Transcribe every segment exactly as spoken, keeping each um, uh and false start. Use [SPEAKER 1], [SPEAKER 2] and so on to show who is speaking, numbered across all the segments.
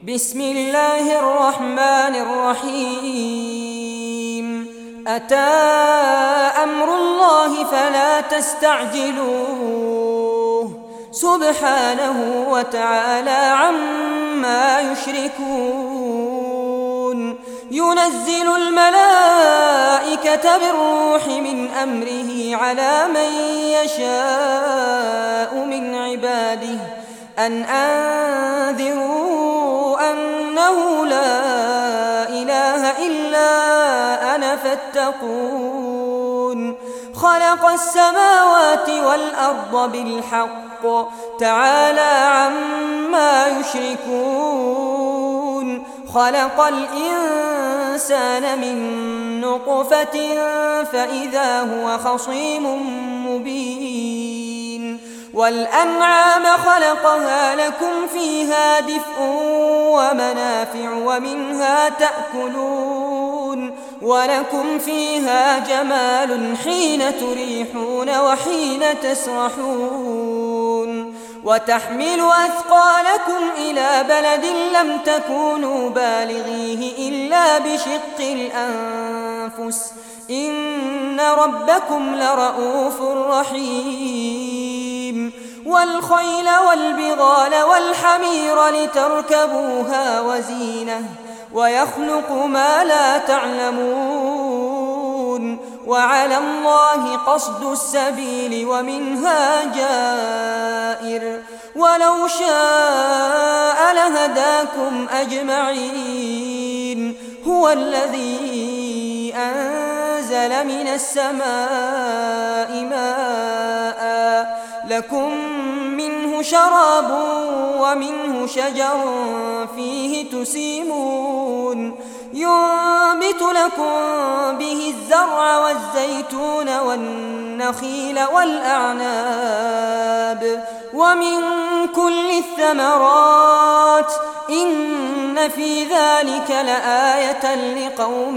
[SPEAKER 1] بسم الله الرحمن الرحيم أتى أمر الله فلا تستعجلوه سبحانه وتعالى عما يشركون ينزل الملائكة بالروح من أمره على من يشاء من عباده أن أنذروا أنه لا إله إلا أنا فاتقون خلق السماوات والأرض بالحق تعالى عما يشركون خلق الإنسان من نطفة فإذا هو خصيم مبين والأنعام خلقها لكم فيها دفء ومنافع ومنها تأكلون ولكم فيها جمال حين تريحون وحين تسرحون وتحمل أثقالكم إلى بلد لم تكونوا بالغيه إلا بشق الأنفس إن ربكم لرؤوف رحيم والخيل والبغال والحمير لتركبوها وزينة ويخلق ما لا تعلمون وعلى الله قصد السبيل ومنها جائر ولو شاء لهداكم أجمعين هو الذي أنزل من السماء ماء لكم منه شراب ومنه شجر فيه تسيمون ينبت لكم به الزرع والزيتون والنخيل والأعناب ومن كل الثمرات إن في ذلك لآية لقوم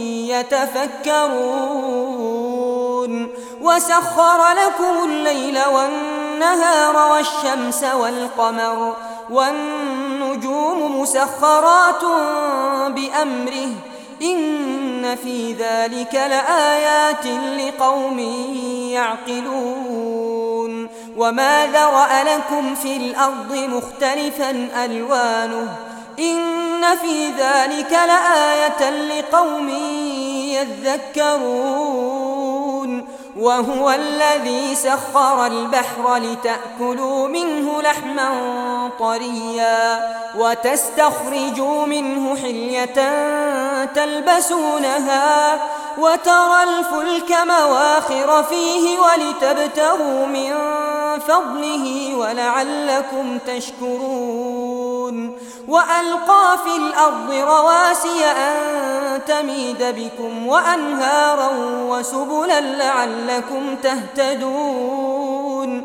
[SPEAKER 1] يتفكرون وسخر لكم الليل والنهار والشمس والقمر والنجوم مسخرات بأمره إن في ذلك لآيات لقوم يعقلون وما ذرأ لكم في الأرض مختلفا ألوانه إن في ذلك لآية لقوم يذكرون وهو الذي سخر البحر لتأكلوا منه لحما طريا وتستخرجوا منه حلية تلبسونها وترى الفلك مواخر فيه ولتبتغوا من فضله ولعلكم تشكرون وألقى في الأرض رواسي أن تميد بكم وأنهارا وسبلا لعلكم تهتدون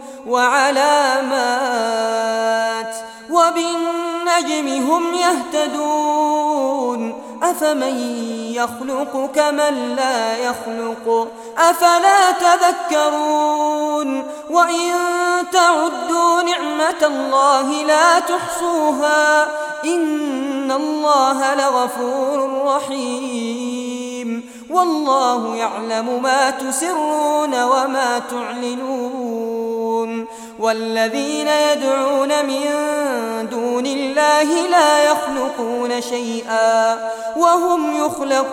[SPEAKER 1] وعلامات وبالنجم هم يهتدون أفمن يخلق كمن لا يخلق أفلا تذكرون وإن تعدوا نعمة الله لا تحصوها إن الله لغفور رحيم والله يعلم ما تسرون وما تعلنون والذين يدعون من دون الله لا يخلقون شيئا وهم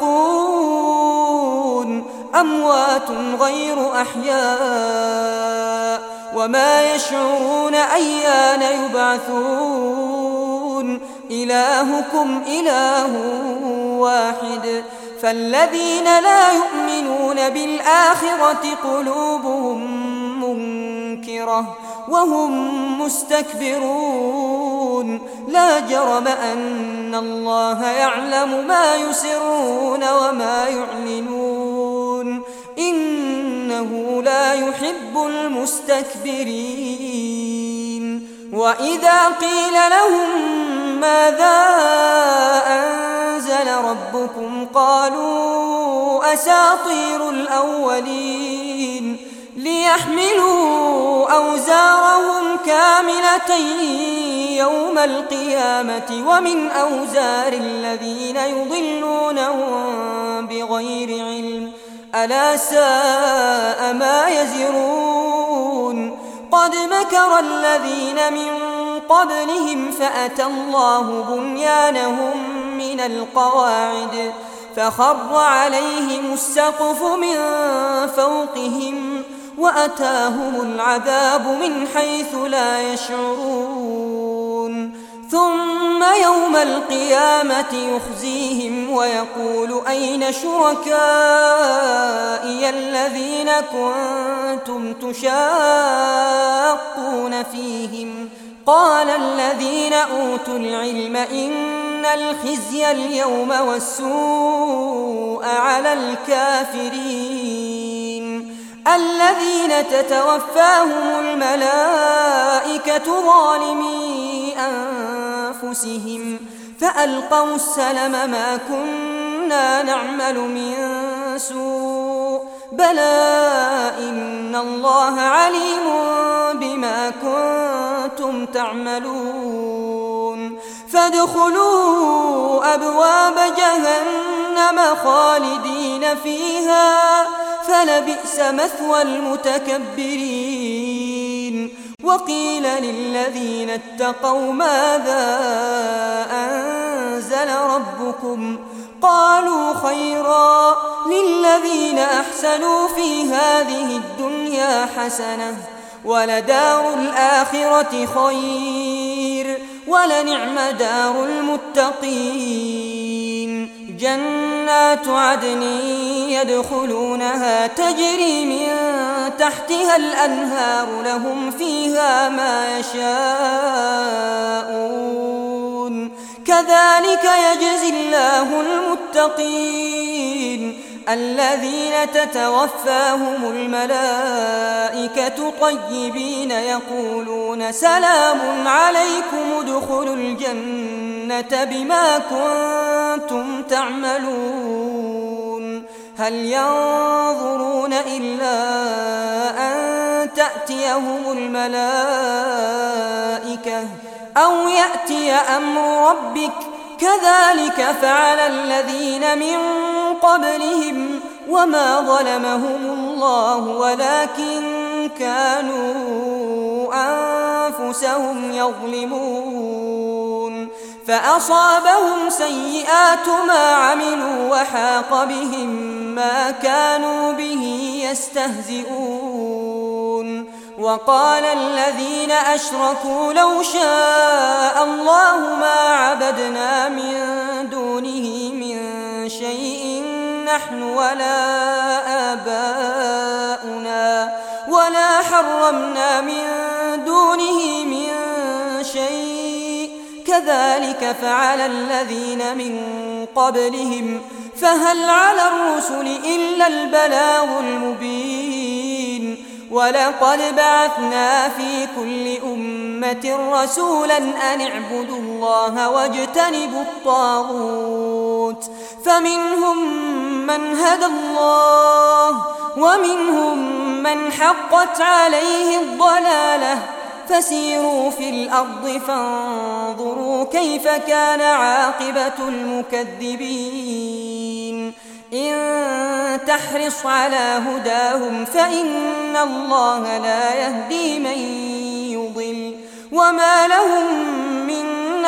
[SPEAKER 1] يخلقون أموات غير أحياء وما يشعرون أيان يبعثون إلهكم إله واحد فالذين لا يؤمنون بالآخرة قلوبهم منكرة وهم مستكبرون لا جرم أن الله يعلم ما يسرون وما يعلنون إنه لا يحب المستكبرين وإذا قيل لهم ماذا أنزل ربكم قالوا أساطير الأولين ليحملوا أوزارهم كاملة يوم القيامة ومن أوزار الذين يضلونهم بغير علم ألا ساء ما يزرون قد مكر الذين من قبلهم فأتى الله بنيانهم من القواعد فخر عليهم السقف من فوقهم وأتاهم العذاب من حيث لا يشعرون ثم يوم القيامة يخزيهم ويقول أين شركائي الذين كنتم تشاقون فيهم قال الذين أوتوا العلم إن الخزي اليوم والسوء على الكافرين الذين تتوفاهم الملائكة ظالمي أنفسهم فألقوا السلم ما كنا نعمل من سوء بلى إن الله عليم بما كنتم تعملون فادخلوا أبواب جهنم خالدين فيها فلبئس مثوى المتكبرين وقيل للذين اتقوا ماذا أنزل ربكم قالوا خيرا للذين أحسنوا في هذه الدنيا حسنة ولدار الآخرة خير ولنعم دار المتقين جنات عدن يدخلونها تجري من تحتها الأنهار لهم فيها ما يشاءون كذلك يجزي الله المتقين الذين تتوفاهم الملائكة طيبين يقولون سلام عليكم ادخلوا الجنة بما كنتم تعملون هل ينظرون إلا أن تأتيهم الملائكة أو يأتي أمر ربك كذلك فعل الذين من قبلهم وما ظلمهم الله ولكن كانوا أنفسهم يظلمون فأصابهم سيئات ما عملوا وحاق بهم ما كانوا به يستهزئون وقال الذين أشركوا لو شاء الله ما عبدنا من دونه من شيء نحن ولا آباؤنا ولا حرمنا من دونه من شيء كذلك فعل الذين من قبلهم فهل على الرسل إلا البلاغ المبين ولقد بعثنا في كل أمة رسولا أن اعبدوا الله واجتنبوا الطاغوت فمنهم من هدى الله ومنهم من حقت عليه الضلالة فسيروا في الأرض فانظروا كيف كان عاقبة المكذبين إن تحرص على هداهم فإن الله لا يهدي من يضل وما لهم من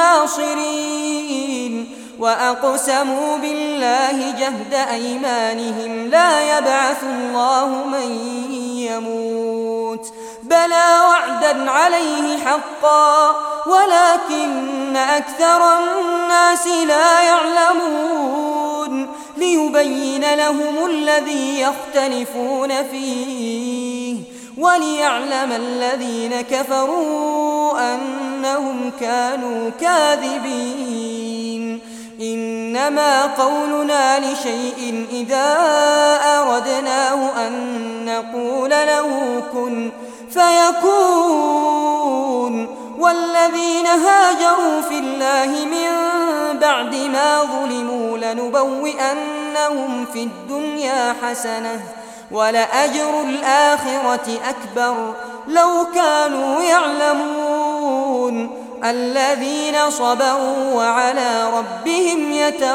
[SPEAKER 1] ناصرين وأقسموا بالله جهد أيمانهم لا يبعث الله من يموت بلى وعدا عليه حقا ولكن أكثر الناس لا يعلمون ليبين لهم الذي يختلفون فيه وليعلم الذين كفروا أنهم كانوا كاذبين إنما قولنا لشيء إذا أردناه أن نقول له كن فيكون والذين هاجروا في الله من بعد ما ظلموا لنبوئنهم في الدنيا حسنة ولأجر الآخرة أكبر لو كانوا يعلمون الذين صبروا وعلى ربهم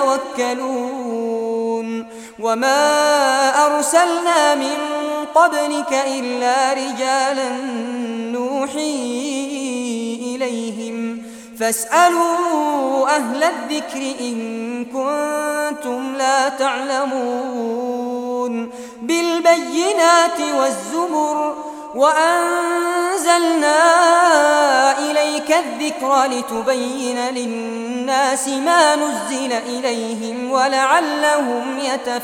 [SPEAKER 1] يتوكلون وما أرسلنا من قبلك إلا رجالا نوحي إليهم فاسألوا أهل الذكر إن كنتم لا تعلمون بالبينات والزبر وأنزلنا إليك الذكر لتبين للناس ما نزل إليهم ولعلهم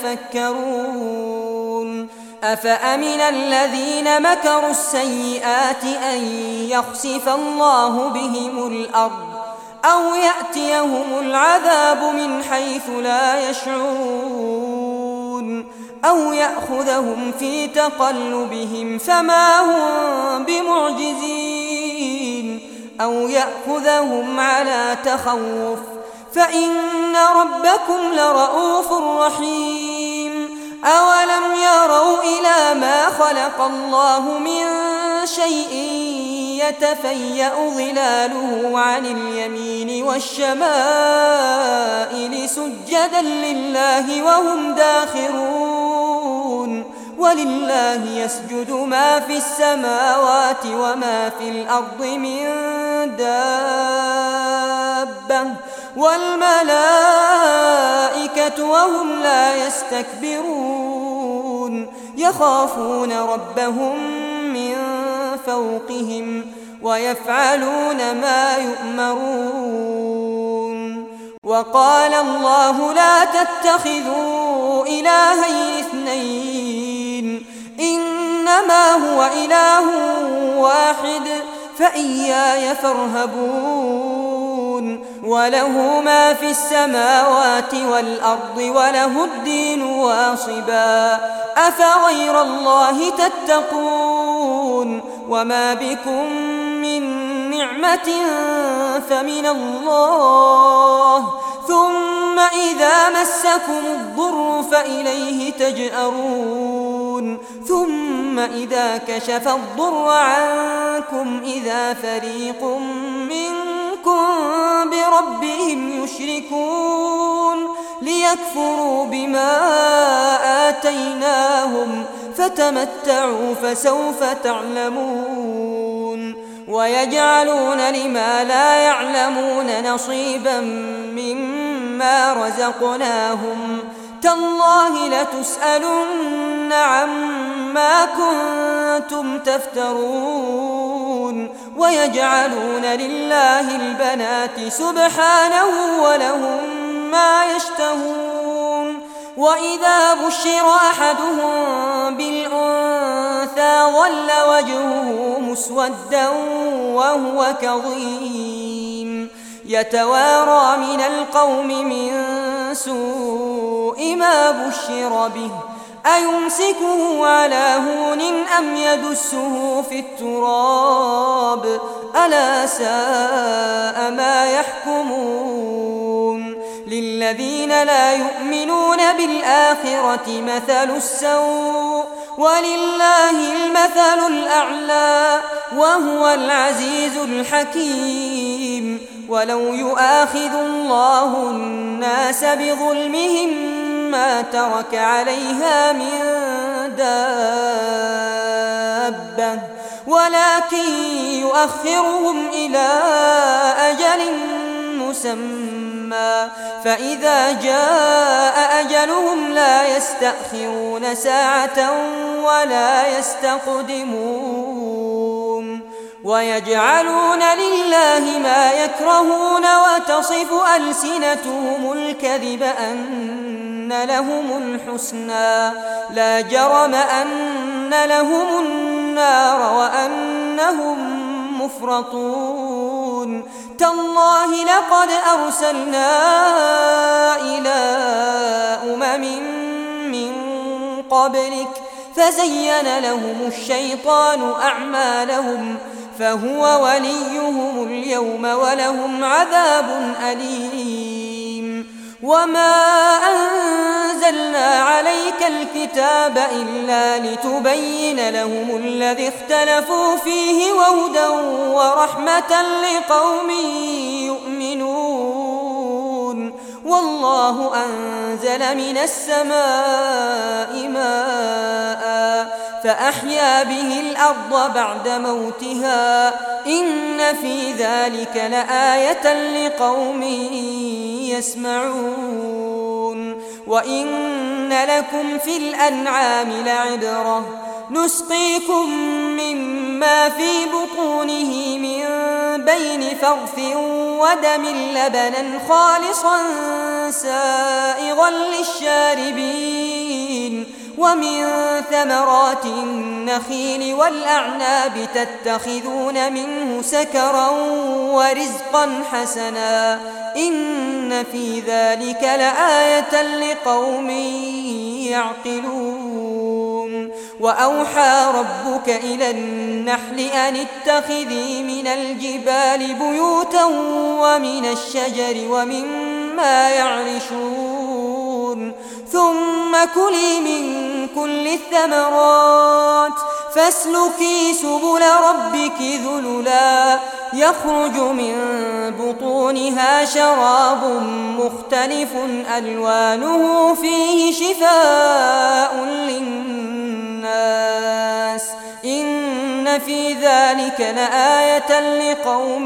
[SPEAKER 1] يتفكرون أفأمن الذين مكروا السيئات أن يخسف الله بهم الأرض أو يأتيهم العذاب من حيث لا يشعرون أو يأخذهم في تقلبهم فما هم بمعجزين أو يأخذهم على تخوف فإن ربكم لرؤوف رحيم أولم يروا إلى ما خلق الله من شيء يتفيأ ظلاله عن اليمين والشمائل سجدا لله وهم داخرون ولله يسجد ما في السماوات وما في الأرض من دابة والملائكة وهم لا يستكبرون يخافون ربهم من فوقهم ويفعلون ما يؤمرون وقال الله لا تتخذوا إلهين اثنين إنما هو إله واحد فإياي فارهبون وله ما في السماوات والأرض وله الدين واصبا أفغير الله تتقون وما بكم من نعمة فمن الله ثم إذا مسكم الضر فإليه تجأرون ثم إذا كشف الضر عنكم إذا فريق منكم بربهم يشركون ليكفروا بما آتيناهم فتمتعوا فسوف تعلمون ويجعلون لما لا يعلمون نصيبا مما رزقناهم تالله لتسألن عما كنتم تفترون ويجعلون لله البنات سبحانه ولهم ما يشتهون وإذا بشر أحدهم بالأنثى ظل وجهه مسودا وهو كظيم يتوارى من القوم من سوء ما بشر به أيمسكه على هون أم يدسه في التراب ألا ساء ما يحكمون للذين لا يؤمنون بالآخرة مثل السوء ولله المثل الأعلى وهو العزيز الحكيم ولو يؤاخذ الله الناس بظلمهم ما ترك عليها من دابة ولكن يؤخرهم إلى أجل مسمى فإذا جاء أجلهم لا يستأخرون ساعة ولا يستقدمون ويجعلون لله ما يكرهون وتصف ألسنتهم الكذب أن لهم الحسنى لا جرم أن لهم النار وأنهم مفرطون تالله لقد أرسلنا إلى أمم من قبلك فزين لهم الشيطان أعمالهم فهو وليهم اليوم ولهم عذاب أليم وما أنزلنا أنزلنا عليك الكتاب إلا لتبين لهم الذي اختلفوا فيه وهدى ورحمة لقوم يؤمنون والله أنزل من السماء ماء فأحيا به الأرض بعد موتها إن في ذلك لآية لقوم يسمعون وإن لكم في الأنعام لعبرة نسقيكم مما في بطونه من بين فرث ودم لبنا خالصا سائغا للشاربين ومن ثمرات النخيل والأعناب تتخذون منه سكرا ورزقا حسنا إن في ذلك لآية لقوم يعقلون وأوحى ربك إلى النحل أن اتخذي من الجبال بيوتا ومن الشجر ومما يعرشون ثم كلي من كل الثمرات فاسلكي سبل ربك ذللا يخرج من بطونها شراب مختلف ألوانه فيه شفاء للناس إن في ذلك لآية لقوم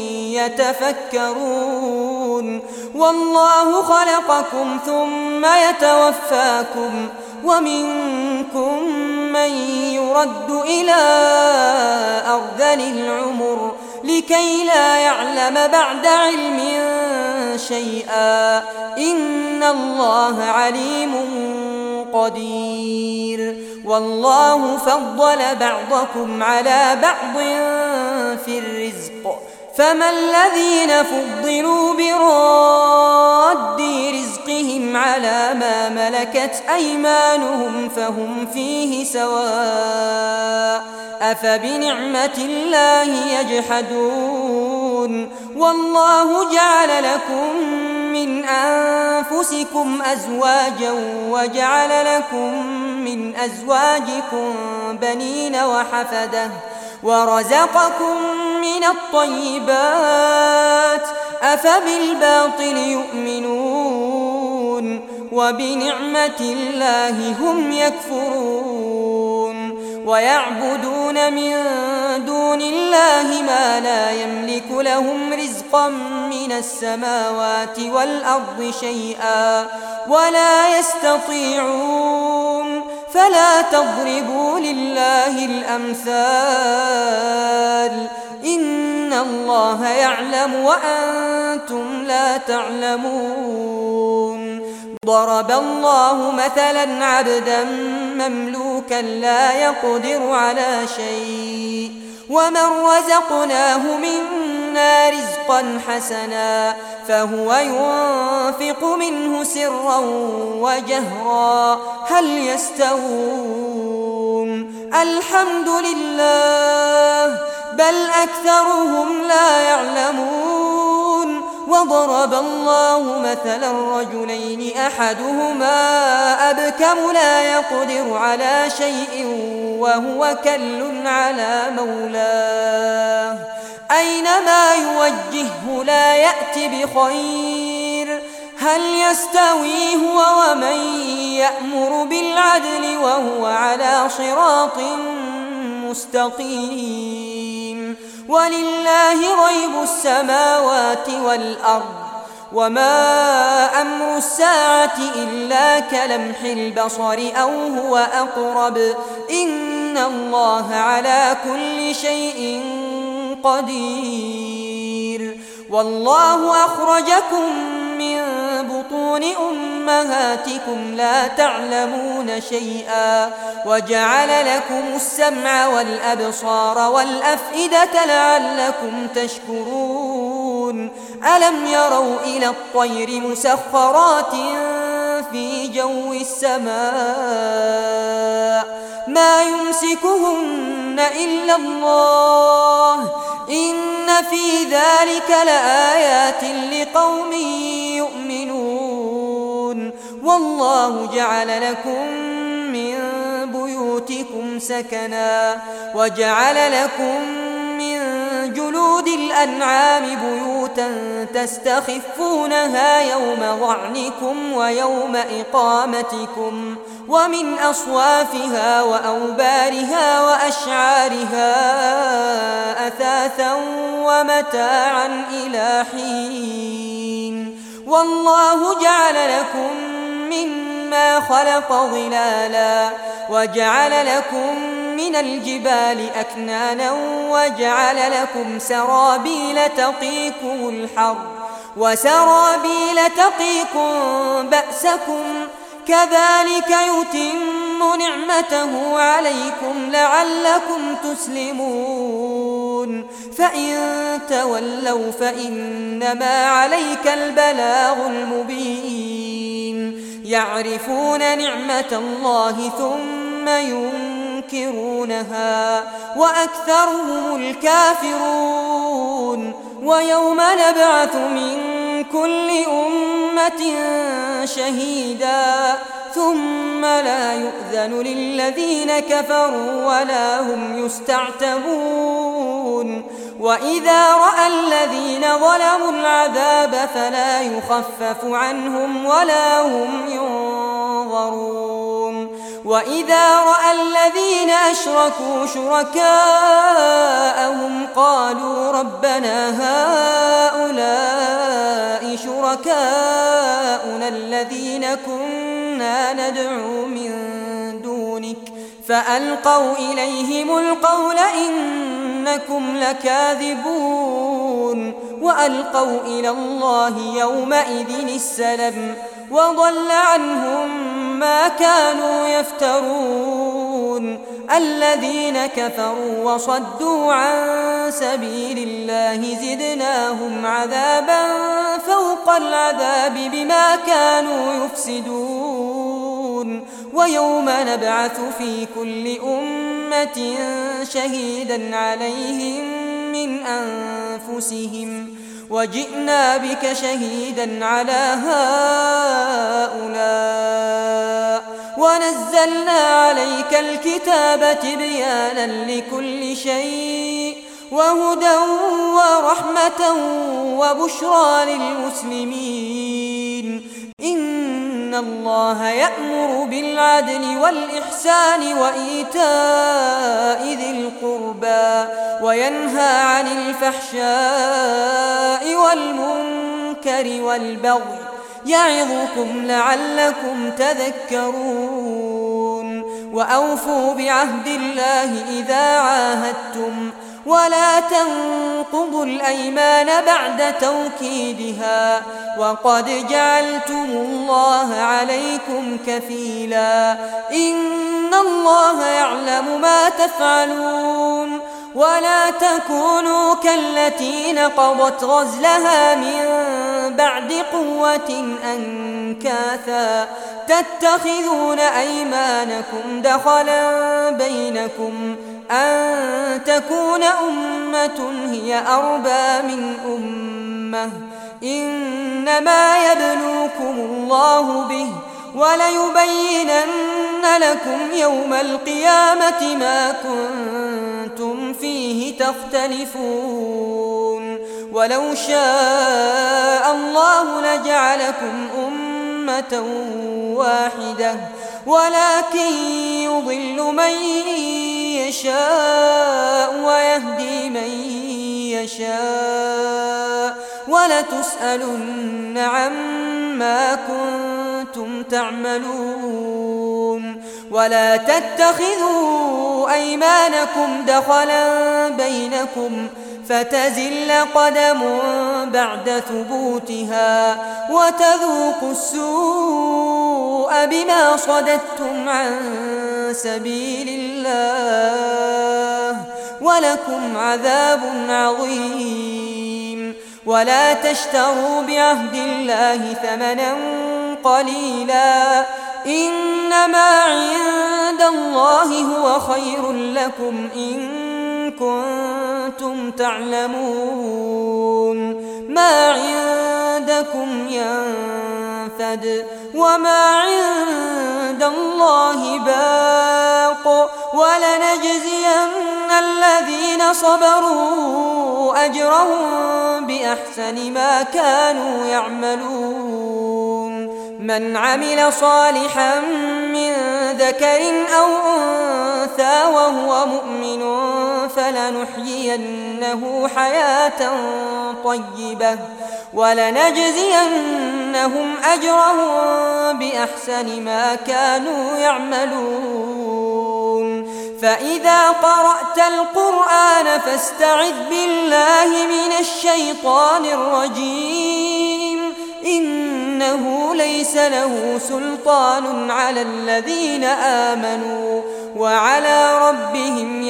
[SPEAKER 1] يتفكرون والله خلقكم ثم يتوفاكم ومنكم من يرد إلى أرذل العمر لكي لا يعلم بعد علم شيئا إن الله عليم قدير والله فضل بعضكم على بعض في الرزق فما الذين فضلوا براد رزقهم على ما ملكت أيمانهم فهم فيه سواء أفبنعمة الله يجحدون والله جعل لكم من أنفسكم أزواجا وجعل لكم من أزواجكم بنين وحفدة ورزقكم من الطيبات أفبالباطل يؤمنون وبنعمة الله هم يكفرون ويعبدون من دون الله ما لا يملك لهم رزقا من السماوات والأرض شيئا ولا يستطيعون فلا تضربوا لله الأمثال إن الله يعلم وأنتم لا تعلمون ضرب الله مثلا عبدا مملوكا لا يقدر على شيء ومن رزقناه منا رزقا حسنا فهو ينفق منه سرا وجهرا هل يستوون الحمد لله بل أكثرهم لا يعلمون وضرب الله مثلا رجلين أحدهما أبكم لا يقدر على شيء وهو كل على مولاه أينما يوجهه لا يأتي بخير هل يستوي هو ومن يأمر بالعدل وهو على صراط مستقيم ولله غيب السماوات والأرض وما أمر الساعة إلا كلمح البصر أو هو أقرب إن الله على كل شيء قدير والله أخرجكم من بطون أمهاتكم لا تعلمون شيئا وجعل لكم السمع والأبصار والأفئدة لعلكم تشكرون ألم يروا إلى الطير مسخرات في جو السماء ما يمسكهن إلا الله إن في ذلك لآيات لقوم يؤمنون والله جعل لكم من بيوتكم سكنا وجعل لكم من جلود الأنعام بيوتا تستخفونها يوم ظعنكم ويوم إقامتكم ومن أصوافها وأوبارها وأشعارها أثاثا ومتاعا إلى حين والله جعل لكم مما خلق ظلالا وجعل لكم من الجبال أكنانا وجعل لكم سرابيل تقيكم الحر وسرابيل تقيكم بأسكم كذلك يتم نعمته عليكم لعلكم تسلمون فإن تولوا فإنما عليك البلاغ المبين يعرفون نعمة الله ثم ينكرونها وأكثرهم الكافرون ويوم نبعث من كل أمة شهيدا ثم لا يؤذن للذين كفروا ولا هم يستعتبون وإذا رأى الذين ظلموا العذاب فلا يخفف عنهم ولا هم ينظرون وإذا رأى الذين أشركوا شركاءهم قالوا ربنا هؤلاء شركاؤنا الذين كنا ندعو من دونك فألقوا إليهم القول إنكم لكاذبون وألقوا إلى الله يومئذ السلم وضل عنهم ما كانوا يفترون الذين كفروا وصدوا عن سبيل الله زدناهم عذابا فوق العذاب بما كانوا يفسدون ويوم نبعث في كل أمة شهيدا عليهم من أنفسهم وجئنا بك شهيدا على هؤلاء ونزلنا عليك الكتاب تبيانا لكل شيء وهدى ورحمة وبشرى للمسلمين إن الله يأمر بالعدل والإحسان وإيتاء ذي القربى وينهى عن الفحشاء والمنكر والبغي يعظكم لعلكم تذكرون وأوفوا بعهد الله إذا عاهدتم ولا تنقضوا الأيمان بعد توكيدها وقد جعلتم الله عليكم كفيلا إن الله يعلم ما تفعلون ولا تكونوا كالتي نقضت غزلها من بعد قوة أنكاثا تتخذون أيمانكم دخلا بينكم أن تكون أمة هي أربى من أمة إنما يبلوكم الله به وليبينن لكم يوم القيامة ما كنتم فيه تختلفون ولو شاء الله لجعلكم أمة واحدة ولكن يضل من يشاء ويهدي من يشاء ولتسألن عما كنتم تعملون ولا تتخذوا أيمانكم دخلا بينكم فتزل قدم بعد ثبوتها وتذوقوا السوء بما صددتم عن سبيل الله ولكم عذاب عظيم ولا تشتروا بعهد الله ثمنا قليلا إنما عند الله هو خير لكم إن كنتم تعلمون ما عندكم ينفد ينفد وما عند الله باق ولنجزين الذين صبروا أجرهم بأحسن ما كانوا يعملون من عمل صالحا من ذكر أو أنثى وهو مؤمن فلنحيينه حياة طيبة ولنجزينهم أجرهم بأحسن ما كانوا يعملون فإذا قرأت القرآن فاستعذ بالله من الشيطان الرجيم إنه ليس له سلطان على الذين آمنوا وعلى ربهم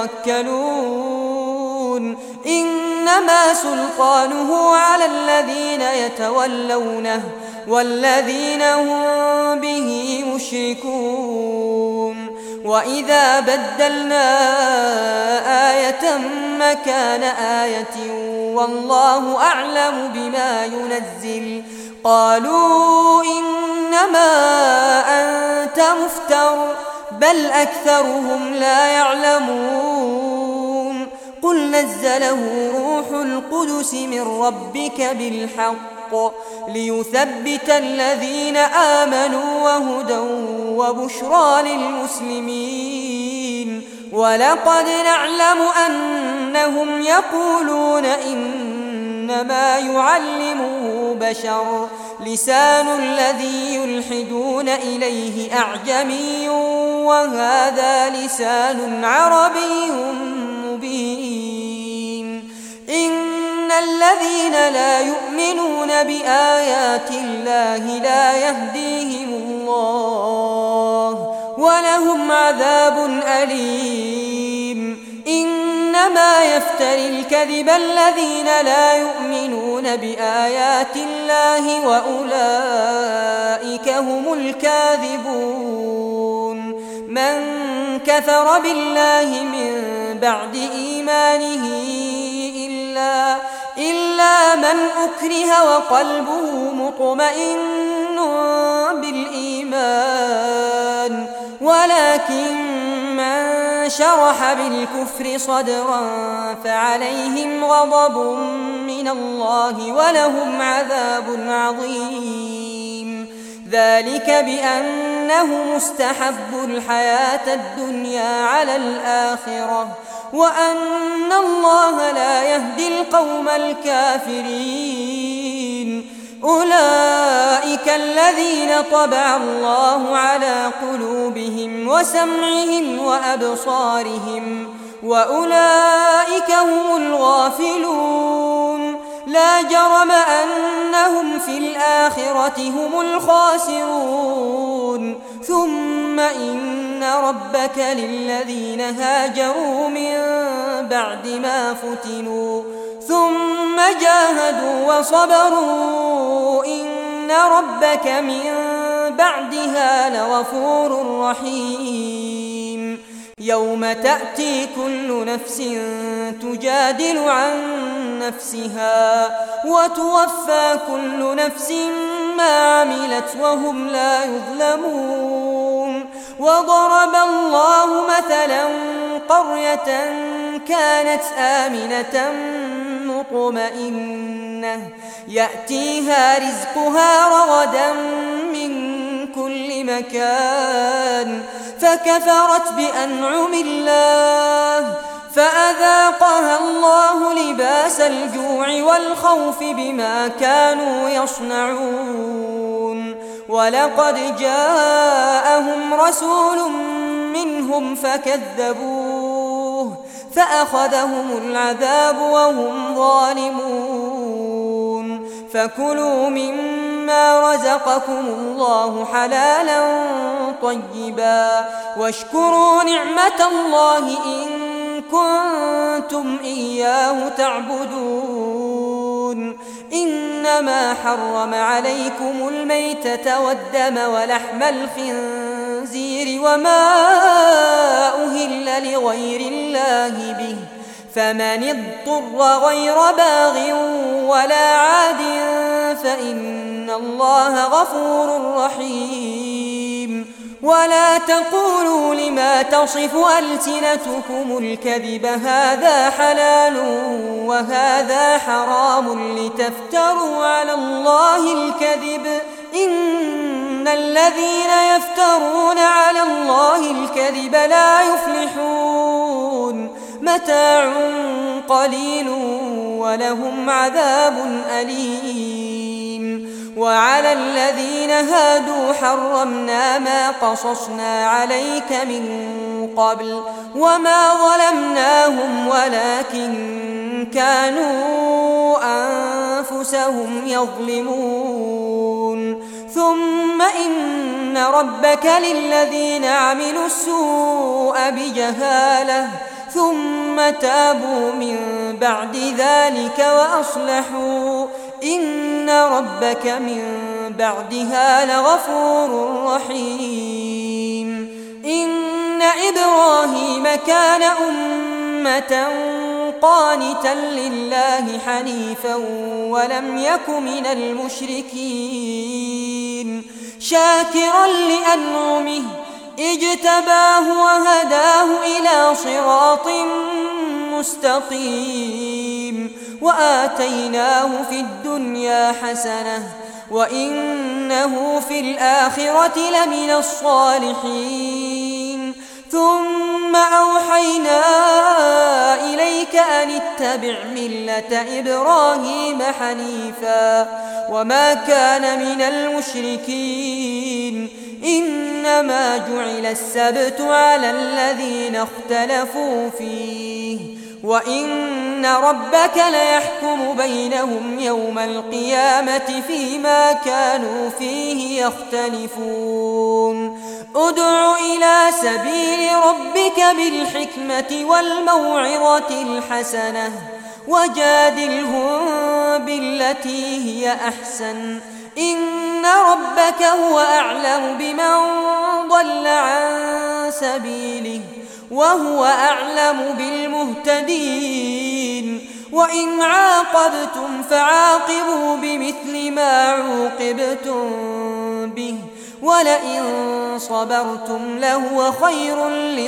[SPEAKER 1] يتوكلون إنما سلطانه على الذين يتولونه والذين هم به مشركون وإذا بدلنا آية مكان آية والله أعلم بما ينزل قالوا إنما أنت مفتر بل أكثرهم لا يعلمون قل نزله روح القدس من ربك بالحق ليثبت الذين آمنوا وهدى وبشرى للمسلمين ولقد نعلم أنهم يقولون إنما يعلمه بشر لسان الذي يلحدون إليه أعجمي وهذا لسان عربي مبين إن الذين لا يؤمنون بآيات الله لا يهديهم الله ولهم عذاب أليم إنما يفتري الكذب الذين لا يؤمنون بآيات الله وأولئك هم الكاذبون من كفر بالله من بعد إيمانه إلا, إلا من أكره وقلبه مطمئن بالإيمان ولكن من شرح بالكفر صدرا فعليهم غضب من الله ولهم عذاب عظيم ذلك بأنه مستحب الحياة الدنيا على الآخرة وأن الله لا يهدي القوم الكافرين أولئك الذين طبع الله على قلوبهم وسمعهم وأبصارهم وأولئك هم الغافلون لا جرم أنهم في الآخرة هم الخاسرون ثم إن ربك للذين هاجروا من بعد ما فتنوا ثم جاهدوا وصبروا إن ربك من بعدها لغفور رحيم يوم تأتي كل نفس تجادل عن نفسها وتوفى كل نفس ما عملت وهم لا يظلمون وضرب الله مثلا قرية كانت آمنة مطمئنة يأتيها رزقها رغدا من كل مكان فكفرت بأنعم الله فأذاقها الله لباس الجوع والخوف بما كانوا يصنعون ولقد جاءهم رسول منهم فكذبوه فأخذهم العذاب وهم ظالمون فكلوا مما رزقكم الله حلالا طيبا واشكروا نعمة الله إن كنتم إياه تعبدون إنما حرم عليكم الميتة والدم ولحم الخنزير وما أهل لغير الله به فمن اضطر غير باغ ولا عاد فإن الله غفور رحيم. ولا تقولوا لما تصف ألسنتكم الكذب هذا حلال وهذا حرام لتفتروا على الله الكذب إن الذين يفترون على الله الكذب لا يفلحون. متاع قليل ولهم عذاب أليم. وعلى الذين هادوا حرمنا ما قصصنا عليك من قبل وما ظلمناهم ولكن كانوا أنفسهم يظلمون. ثم إن ربك للذين عملوا السوء بجهالة ثم تابوا من بعد ذلك وأصلحوا إن ربك من بعدها لغفور رحيم. إن إبراهيم كان أمة قانتا لله حنيفا ولم يك من المشركين شاكرا لأنعمه اجتباه وهداه إلى صراط مستقيم. وآتيناه في الدنيا حسنة وإنه في الآخرة لمن الصالحين. ثم أوحينا إليك أن اتبع ملة إبراهيم حنيفا وما كان من المشركين. إنما جعل السبت على الذين اختلفوا فيه وإن ربك ليحكم بينهم يوم القيامة فيما كانوا فيه يختلفون. ادع إلى سبيل ربك بالحكمة والموعظة الحسنة وجادلهم بالتي هي أحسن إن ربك هو أعلم بمن ضل عن سبيله وهو أعلم بالمهتدين. وإن عاقبتم فعاقبوا بمثل ما عوقبتم به ولئن صبرتم لهو خير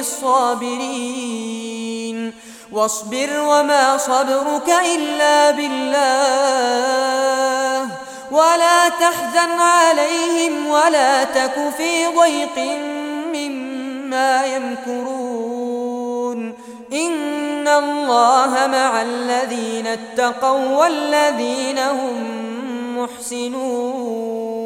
[SPEAKER 1] للصابرين. واصبر وما صبرك إلا بالله ولا تحزن عليهم ولا تك في ضيق مما يمكرون. إن الله مع الذين اتقوا والذين هم محسنون.